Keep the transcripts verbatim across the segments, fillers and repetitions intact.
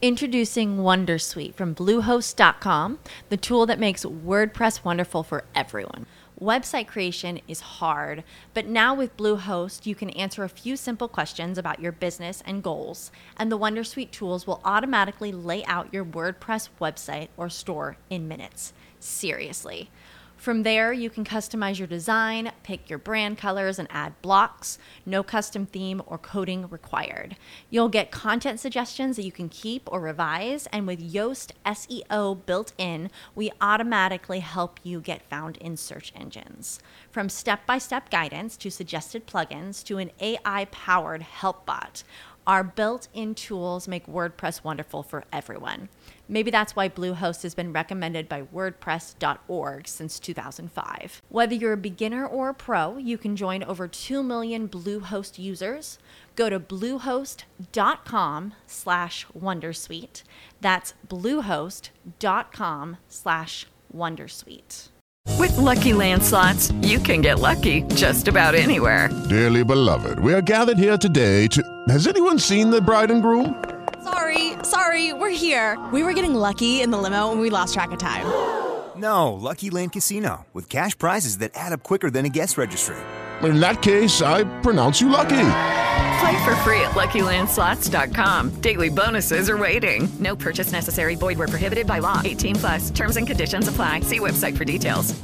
Introducing Wondersuite from Bluehost dot com, the tool that makes WordPress wonderful for everyone. Website creation is hard, but now with Bluehost, you can answer a few simple questions about your business and goals, and the Wondersuite tools will automatically lay out your WordPress website or store in minutes. Seriously. From there, you can customize your design, pick your brand colors, and add blocks. No custom theme or coding required. You'll get content suggestions that you can keep or revise, and with Yoast S E O built in, we automatically help you get found in search engines. From step-by-step guidance to suggested plugins to an A I-powered help bot, our built-in tools make WordPress wonderful for everyone. Maybe that's why Bluehost has been recommended by WordPress dot org since two thousand five. Whether you're a beginner or a pro, you can join over two million Bluehost users. Go to bluehost dot com slash wondersuite. That's bluehost dot com slash wondersuite. With Lucky Land Slots, you can get lucky just about anywhere. Dearly beloved, we are gathered here today to... Has anyone seen the bride and groom? Sorry, sorry, we're here. We were getting lucky in the limo and we lost track of time. No, Lucky Land Casino, with cash prizes that add up quicker than a guest registry. In that case, I pronounce you lucky. Play for free at lucky land slots dot com. Daily bonuses are waiting. No purchase necessary. Void where prohibited by law. eighteen plus. Terms and conditions apply. See website for details.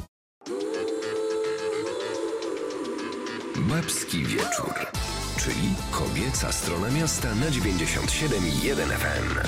Babski wieczór, czyli kobieca strona miasta na dziewięćdziesiąt siedem i jeden F M.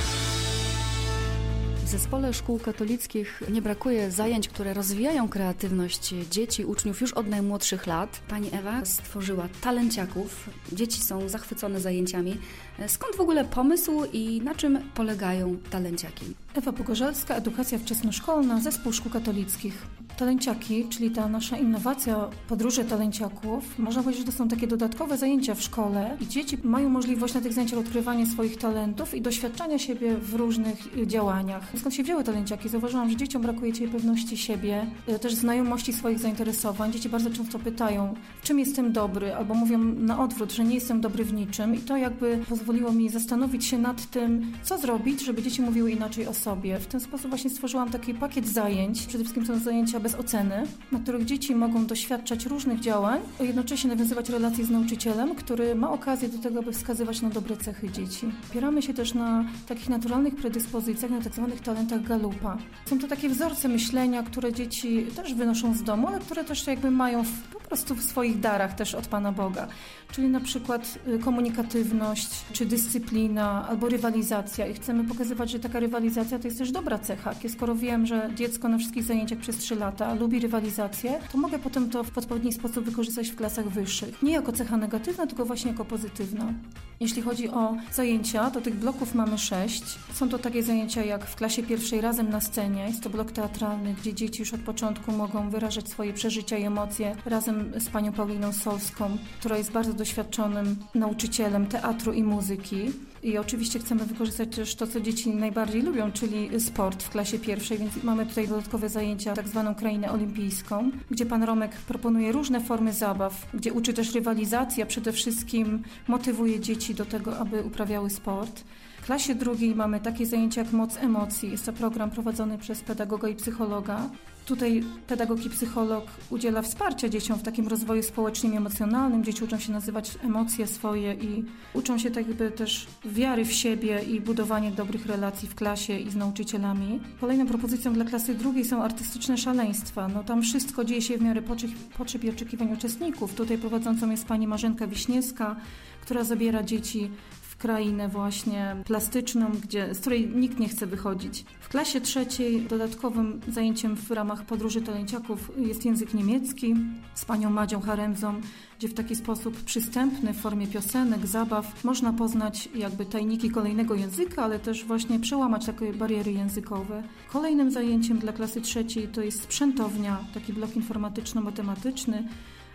W Zespole Szkół Katolickich nie brakuje zajęć, które rozwijają kreatywność dzieci, uczniów już od najmłodszych lat. Pani Ewa stworzyła talenciaków. Dzieci są zachwycone zajęciami. Skąd w ogóle pomysł i na czym polegają talenciaki? Ewa Pogorzelska, Edukacja Wczesnoszkolna, Zespół Szkół Katolickich. Talenciaki, czyli ta nasza innowacja podróży talenciaków, można powiedzieć, że to są takie dodatkowe zajęcia w szkole i dzieci mają możliwość na tych zajęciach odkrywania swoich talentów i doświadczania siebie w różnych działaniach. Skąd się wzięły talenciaki? Zauważyłam, że dzieciom brakuje dzisiaj pewności siebie, też znajomości swoich zainteresowań. Dzieci bardzo często pytają, w czym jestem dobry, albo mówią na odwrót, że nie jestem dobry w niczym i to jakby pozwoliło mi zastanowić się nad tym, co zrobić, żeby dzieci mówiły inaczej o sobie. W ten sposób właśnie stworzyłam taki pakiet zajęć. Przede wszystkim są zajęcia bez oceny, na których dzieci mogą doświadczać różnych działań, a jednocześnie nawiązywać relacje z nauczycielem, który ma okazję do tego, aby wskazywać na dobre cechy dzieci. Opieramy się też na takich naturalnych predyspozycjach, na tak zwanych talentach Galupa. Są to takie wzorce myślenia, które dzieci też wynoszą z domu, ale które też jakby mają w, po prostu w swoich darach też od Pana Boga. Czyli na przykład komunikatywność, czy dyscyplina, albo rywalizacja. I chcemy pokazywać, że taka rywalizacja to jest też dobra cecha. Skoro wiem, że dziecko na wszystkich zajęciach przez trzy lata lubi rywalizację, to mogę potem to w odpowiedni sposób wykorzystać w klasach wyższych. Nie jako cecha negatywna, tylko właśnie jako pozytywna. Jeśli chodzi o zajęcia, to tych bloków mamy sześć. Są to takie zajęcia jak w klasie pierwszej Razem na scenie. Jest to blok teatralny, gdzie dzieci już od początku mogą wyrażać swoje przeżycia i emocje razem z panią Pauliną Solską, która jest bardzo doświadczonym nauczycielem teatru i muzyki. I oczywiście chcemy wykorzystać też to, co dzieci najbardziej lubią, czyli sport w klasie pierwszej, więc mamy tutaj dodatkowe zajęcia, tak zwaną krainę olimpijską, gdzie pan Romek proponuje różne formy zabaw, gdzie uczy też rywalizacji, a przede wszystkim motywuje dzieci do tego, aby uprawiały sport. W klasie drugiej mamy takie zajęcia jak Moc emocji. Jest to program prowadzony przez pedagoga i psychologa. Tutaj pedagog i psycholog udziela wsparcia dzieciom w takim rozwoju społecznym i emocjonalnym. Dzieci uczą się nazywać emocje swoje i uczą się tak jakby też wiary w siebie i budowanie dobrych relacji w klasie i z nauczycielami. Kolejną propozycją dla klasy drugiej są artystyczne szaleństwa. No tam wszystko dzieje się w miarę potrzeb, potrzeb i oczekiwań uczestników. Tutaj prowadzącą jest pani Marzenka Wiśniewska, która zabiera dzieci w krainę właśnie plastyczną, gdzie, z której nikt nie chce wychodzić. W klasie trzeciej dodatkowym zajęciem w ramach podróży talenciaków jest język niemiecki z panią Madzią Haremzą, gdzie w taki sposób przystępny w formie piosenek, zabaw można poznać jakby tajniki kolejnego języka, ale też właśnie przełamać takie bariery językowe. Kolejnym zajęciem dla klasy trzeciej to jest sprzętownia, taki blok informatyczno-matematyczny,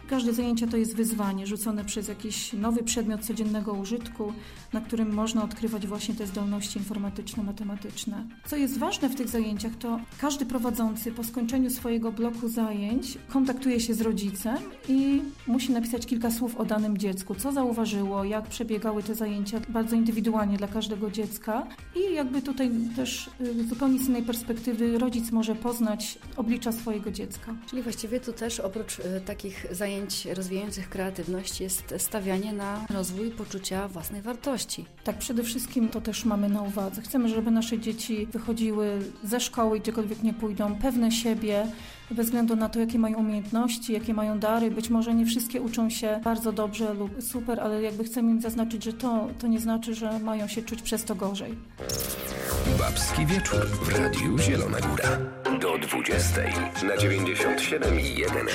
Każde zajęcia to jest wyzwanie rzucone przez jakiś nowy przedmiot codziennego użytku, na którym można odkrywać właśnie te zdolności informatyczno-matematyczne. Co jest ważne w tych zajęciach, to każdy prowadzący po skończeniu swojego bloku zajęć kontaktuje się z rodzicem i musi napisać kilka słów o danym dziecku, co zauważyło, jak przebiegały te zajęcia, bardzo indywidualnie dla każdego dziecka i jakby tutaj też z zupełnie z innej perspektywy rodzic może poznać oblicza swojego dziecka. Czyli właściwie tu też oprócz y, takich zajęć rozwijających kreatywność jest stawianie na rozwój poczucia własnej wartości. Tak, przede wszystkim to też mamy na uwadze. Chcemy, żeby nasze dzieci wychodziły ze szkoły, gdziekolwiek nie pójdą, pewne siebie, bez względu na to, jakie mają umiejętności, jakie mają dary. Być może nie wszystkie uczą się bardzo dobrze lub super, ale jakby chcemy im zaznaczyć, że to, to nie znaczy, że mają się czuć przez to gorzej. Babski wieczór w Radiu Zielona Góra. Do dwudziestej na dziewięćdziesiąt siedem i jeden F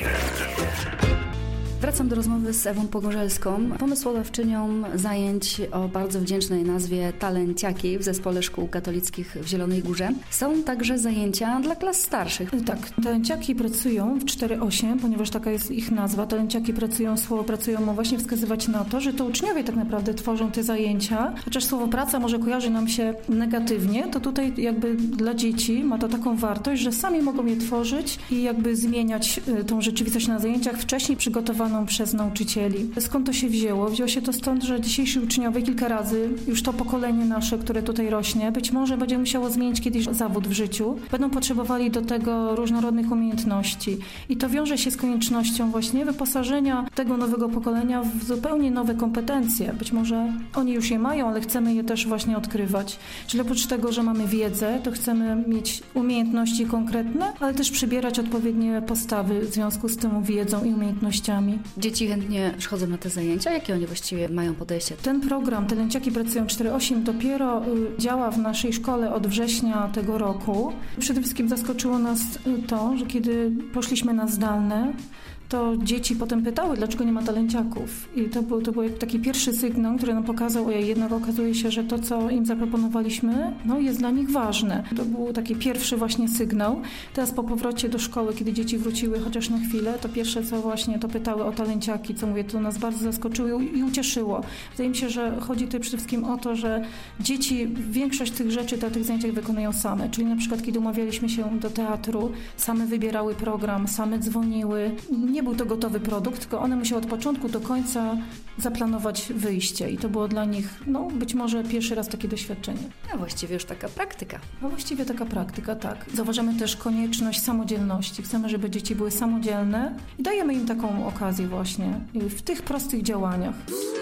M. Wracam do rozmowy z Ewą Pogorzelską, pomysłodawczynią zajęć o bardzo wdzięcznej nazwie Talenciaki w Zespole Szkół Katolickich w Zielonej Górze. Są także zajęcia dla klas starszych. Tak, talenciaki pracują w cztery osiem, ponieważ taka jest ich nazwa. Talenciaki pracują, słowo pracują ma właśnie wskazywać na to, że to uczniowie tak naprawdę tworzą te zajęcia. Chociaż słowo praca może kojarzy nam się negatywnie, to tutaj jakby dla dzieci ma to taką wartość, że sami mogą je tworzyć i jakby zmieniać tą rzeczywistość na zajęciach wcześniej przygotowaną przez nauczycieli. Skąd to się wzięło? Wzięło się to stąd, że dzisiejsi uczniowie kilka razy, już to pokolenie nasze, które tutaj rośnie, być może będzie musiało zmienić kiedyś zawód w życiu, będą potrzebowali do tego różnorodnych umiejętności. I to wiąże się z koniecznością właśnie wyposażenia tego nowego pokolenia w zupełnie nowe kompetencje. Być może oni już je mają, ale chcemy je też właśnie odkrywać. Czyli oprócz tego, że mamy wiedzę, to chcemy mieć umiejętności konkretne, ale też przybierać odpowiednie postawy w związku z tą wiedzą i umiejętnościami. Dzieci chętnie przychodzą na te zajęcia. Jakie oni właściwie mają podejście? Ten program Talenciaki pracują cztery osiem dopiero działa w naszej szkole od września tego roku. Przede wszystkim zaskoczyło nas to, że kiedy poszliśmy na zdalne, to dzieci potem pytały, dlaczego nie ma talenciaków. I to był, to był taki pierwszy sygnał, który nam pokazał, ojej, jednak okazuje się, że to, co im zaproponowaliśmy, no, jest dla nich ważne. To był taki pierwszy właśnie sygnał. Teraz po powrocie do szkoły, kiedy dzieci wróciły chociaż na chwilę, to pierwsze, co właśnie to pytały o talenciaki, co mówię, to nas bardzo zaskoczyło i ucieszyło. Wydaje mi się, że chodzi tutaj przede wszystkim o to, że dzieci większość tych rzeczy na tych zajęciach wykonują same. Czyli na przykład, kiedy umawialiśmy się do teatru, same wybierały program, same dzwoniły. Nie był to gotowy produkt, tylko one musiały od początku do końca zaplanować wyjście i to było dla nich, no być może pierwszy raz takie doświadczenie. A właściwie już taka praktyka. No właściwie taka praktyka, tak. Zauważamy też konieczność samodzielności. Chcemy, żeby dzieci były samodzielne i dajemy im taką okazję właśnie w tych prostych działaniach.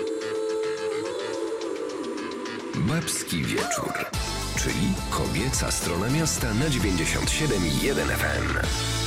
Babski wieczór, czyli kobieca strona miasta na dziewięćdziesiąt siedem i jeden F M.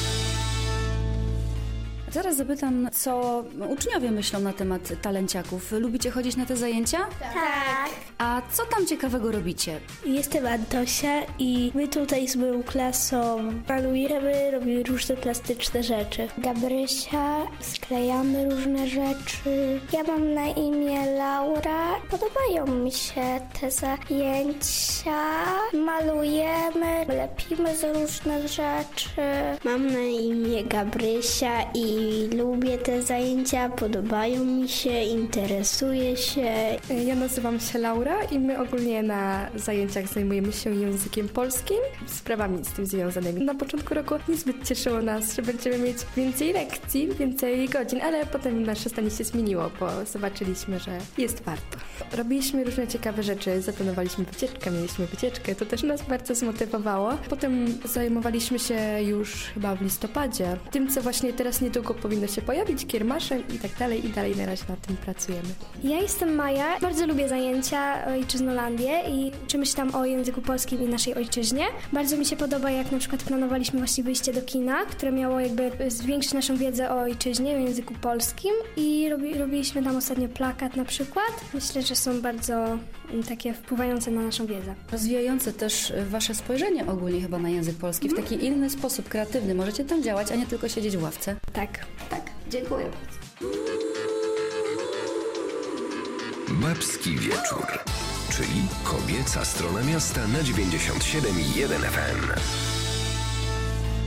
Zaraz zapytam, co uczniowie myślą na temat talenciaków. Lubicie chodzić na te zajęcia? Tak. A co tam ciekawego robicie? Jestem Antosia i my tutaj z moją klasą malujemy, robimy różne plastyczne rzeczy. Gabrysia, sklejamy różne rzeczy. Ja mam na imię Laura. Podobają mi się te zajęcia. Malujemy, lepimy z różnych rzeczy. Mam na imię Gabrysia i lubię te zajęcia, podobają mi się, interesuję się. Ja nazywam się Laura i my ogólnie na zajęciach zajmujemy się językiem polskim, sprawami z tym związanymi. Na początku roku niezbyt cieszyło nas, że będziemy mieć więcej lekcji, więcej godzin, ale potem nasze zdanie się zmieniło, bo zobaczyliśmy, że jest warto. Robiliśmy różne ciekawe rzeczy, zaplanowaliśmy wycieczkę, mieliśmy wycieczkę, to też nas bardzo zmotywowało. Potem zajmowaliśmy się już chyba w listopadzie tym, co właśnie teraz niedługo powinno się pojawić, kiermaszem i tak dalej i dalej na razie nad tym pracujemy. Ja jestem Maja, bardzo lubię zajęcia Ojczyznolandię i uczymy się tam o języku polskim i naszej ojczyźnie. Bardzo mi się podoba, jak na przykład planowaliśmy właśnie wyjście do kina, które miało jakby zwiększyć naszą wiedzę o ojczyźnie, o języku polskim i robi, robiliśmy tam ostatnio plakat na przykład. Myślę, że są bardzo takie wpływające na naszą wiedzę. Rozwijające też wasze spojrzenie ogólnie chyba na język polski w taki inny sposób, kreatywny. Możecie tam działać, a nie tylko siedzieć w ławce. Tak. Tak, dziękuję. Babski wieczór, czyli kobieca strona miasta na dziewięćdziesiąt siedem i jeden F M.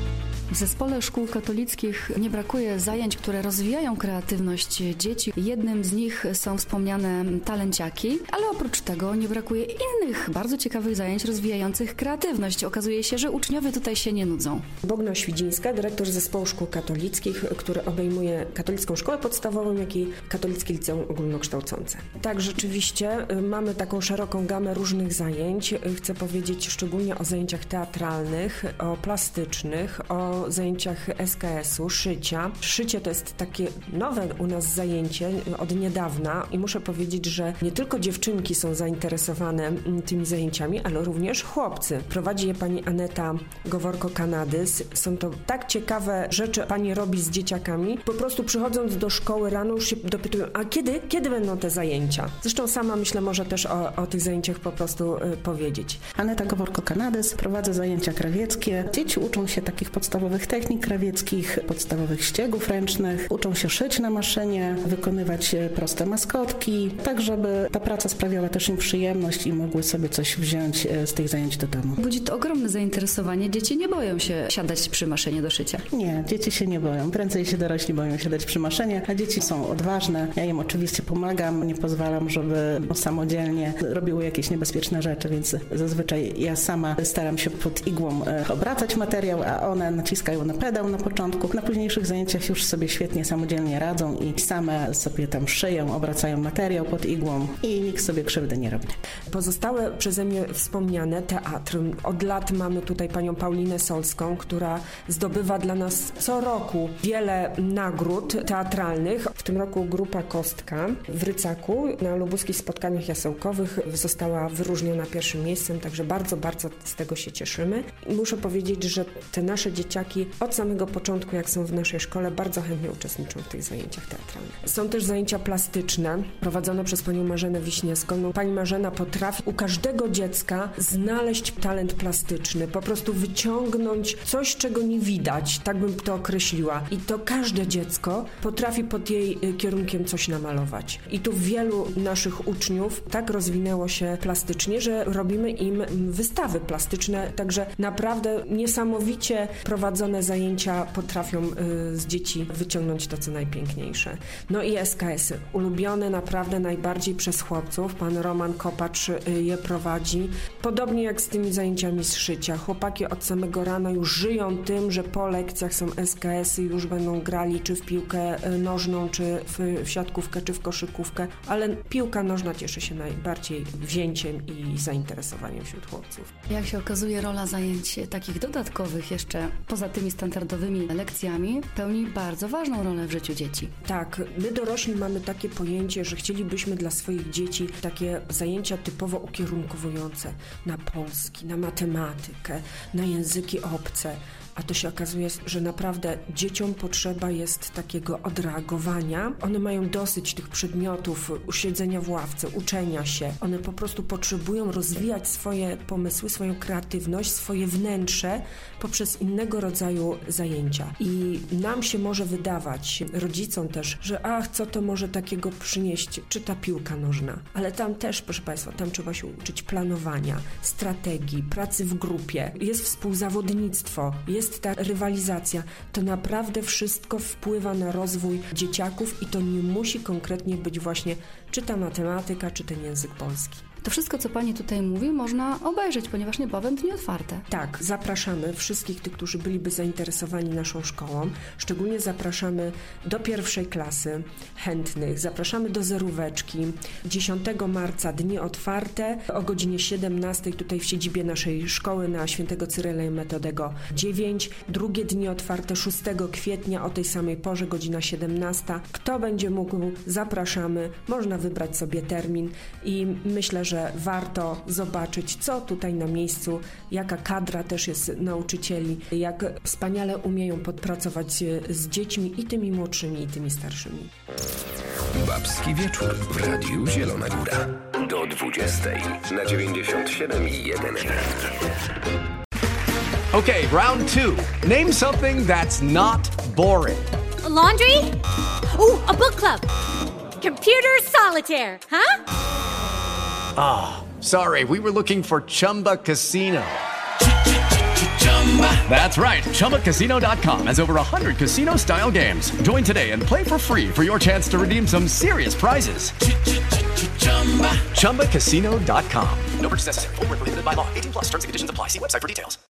W Zespole Szkół Katolickich nie brakuje zajęć, które rozwijają kreatywność dzieci. Jednym z nich są wspomniane talenciaki, ale oprócz tego nie brakuje innych bardzo ciekawych zajęć rozwijających kreatywność. Okazuje się, że uczniowie tutaj się nie nudzą. Bogna Świdzińska, dyrektor Zespołu Szkół Katolickich, który obejmuje katolicką szkołę podstawową, jak i katolickie liceum ogólnokształcące. Tak, rzeczywiście mamy taką szeroką gamę różnych zajęć. Chcę powiedzieć szczególnie o zajęciach teatralnych, o plastycznych, o zajęciach S K S-u, szycia. Szycie to jest takie nowe u nas zajęcie od niedawna i muszę powiedzieć, że nie tylko dziewczynki są zainteresowane tymi zajęciami, ale również chłopcy. Prowadzi je pani Aneta Goworko-Kanadys. Są to tak ciekawe rzeczy pani robi z dzieciakami. Po prostu przychodząc do szkoły rano już się dopytują, a kiedy, kiedy będą te zajęcia? Zresztą sama myślę może też o, o tych zajęciach po prostu y, powiedzieć. Aneta Goworko-Kanadys, prowadzę zajęcia krawieckie. Dzieci uczą się takich podstawowych technik krawieckich, podstawowych ściegów ręcznych, uczą się szyć na maszynie, wykonywać proste maskotki, tak żeby ta praca sprawiała też im przyjemność i mogły sobie coś wziąć z tych zajęć do domu. Budzi to ogromne zainteresowanie. Dzieci nie boją się siadać przy maszynie do szycia. Nie, dzieci się nie boją. Prędzej się dorośli boją siadać przy maszynie, a dzieci są odważne. Ja im oczywiście pomagam, nie pozwalam, żeby samodzielnie robiły jakieś niebezpieczne rzeczy, więc zazwyczaj ja sama staram się pod igłą obracać materiał, a one naciskają na pedał na początku. Na późniejszych zajęciach już sobie świetnie samodzielnie radzą i same sobie tam szyją, obracają materiał pod igłą i nikt sobie krzywdy nie robi. Pozostałe przeze mnie wspomniane teatr. Od lat mamy tutaj panią Paulinę Solską, która zdobywa dla nas co roku wiele nagród teatralnych. W tym roku grupa Kostka w Rycaku na lubuskich spotkaniach jasełkowych została wyróżniona pierwszym miejscem, także bardzo, bardzo z tego się cieszymy. I muszę powiedzieć, że te nasze dzieciaki od samego początku, jak są w naszej szkole, bardzo chętnie uczestniczą w tych zajęciach teatralnych. Są też zajęcia plastyczne prowadzone przez panią Marzenę Wiśniewską. Pani Marzena potrafi u każdego dziecka znaleźć talent plastyczny, po prostu wyciągnąć coś, czego nie widać, tak bym to określiła. I to każde dziecko potrafi pod jej kierunkiem coś namalować. I tu wielu naszych uczniów tak rozwinęło się plastycznie, że robimy im wystawy plastyczne, także naprawdę niesamowicie prowadzone zajęcia potrafią y, z dzieci wyciągnąć to, co najpiękniejsze. No i S K S-y, ulubione naprawdę najbardziej przez chłopców. Pan Roman Kopacz y, je prowadzi. Podobnie jak z tymi zajęciami z szycia. Chłopaki od samego rana już żyją tym, że po lekcjach są S K S-y, już będą grali czy w piłkę y, nożną, czy w, w siatkówkę, czy w koszykówkę, ale piłka nożna cieszy się najbardziej wzięciem i zainteresowaniem wśród chłopców. Jak się okazuje, rola zajęć takich dodatkowych jeszcze poza tymi standardowymi lekcjami pełni bardzo ważną rolę w życiu dzieci. Tak, my dorośli mamy takie pojęcie, że chcielibyśmy dla swoich dzieci takie zajęcia typowo ukierunkowujące na polski, na matematykę, na języki obce. A to się okazuje, że naprawdę dzieciom potrzeba jest takiego odreagowania. One mają dosyć tych przedmiotów, siedzenia w ławce, uczenia się. One po prostu potrzebują rozwijać swoje pomysły, swoją kreatywność, swoje wnętrze poprzez innego rodzaju zajęcia. I nam się może wydawać, rodzicom też, że ach, co to może takiego przynieść, czy ta piłka nożna. Ale tam też, proszę Państwa, tam trzeba się uczyć planowania, strategii, pracy w grupie. Jest współzawodnictwo, jest ta rywalizacja. To naprawdę wszystko wpływa na rozwój dzieciaków i to nie musi konkretnie być właśnie czy ta matematyka, czy ten język polski. To wszystko, co Pani tutaj mówi, można obejrzeć, ponieważ niebawem dni otwarte. Tak, zapraszamy wszystkich tych, którzy byliby zainteresowani naszą szkołą. Szczególnie zapraszamy do pierwszej klasy chętnych. Zapraszamy do zeróweczki. dziesiątego marca dni otwarte o godzinie siedemnastej tutaj w siedzibie naszej szkoły na Świętego Cyryla i Metodego dziewięć. Drugie dni otwarte szóstego kwietnia o tej samej porze, godzina siedemnasta. Kto będzie mógł, zapraszamy. Można wybrać sobie termin i myślę, że warto zobaczyć, co tutaj na miejscu, jaka kadra też jest nauczycieli, jak wspaniale umieją podpracować z dziećmi i tymi młodszymi, i tymi starszymi. Babski wieczór w Radiu Zielona Góra. Do dwudziestej na dziewięćdziesiąt siedem i jeden. Okay, round two. Name something that's not boring. A laundry? Ooh, a book club. Computer solitaire, huh? Ah, oh, sorry, we were looking for Chumba Casino. That's right. Chumba Casino dot com has over one hundred casino-style games. Join today and play for free for your chance to redeem some serious prizes. Chumba Casino dot com. No purchase necessary. Void where prohibited by law. eighteen plus terms and conditions apply. See website for details.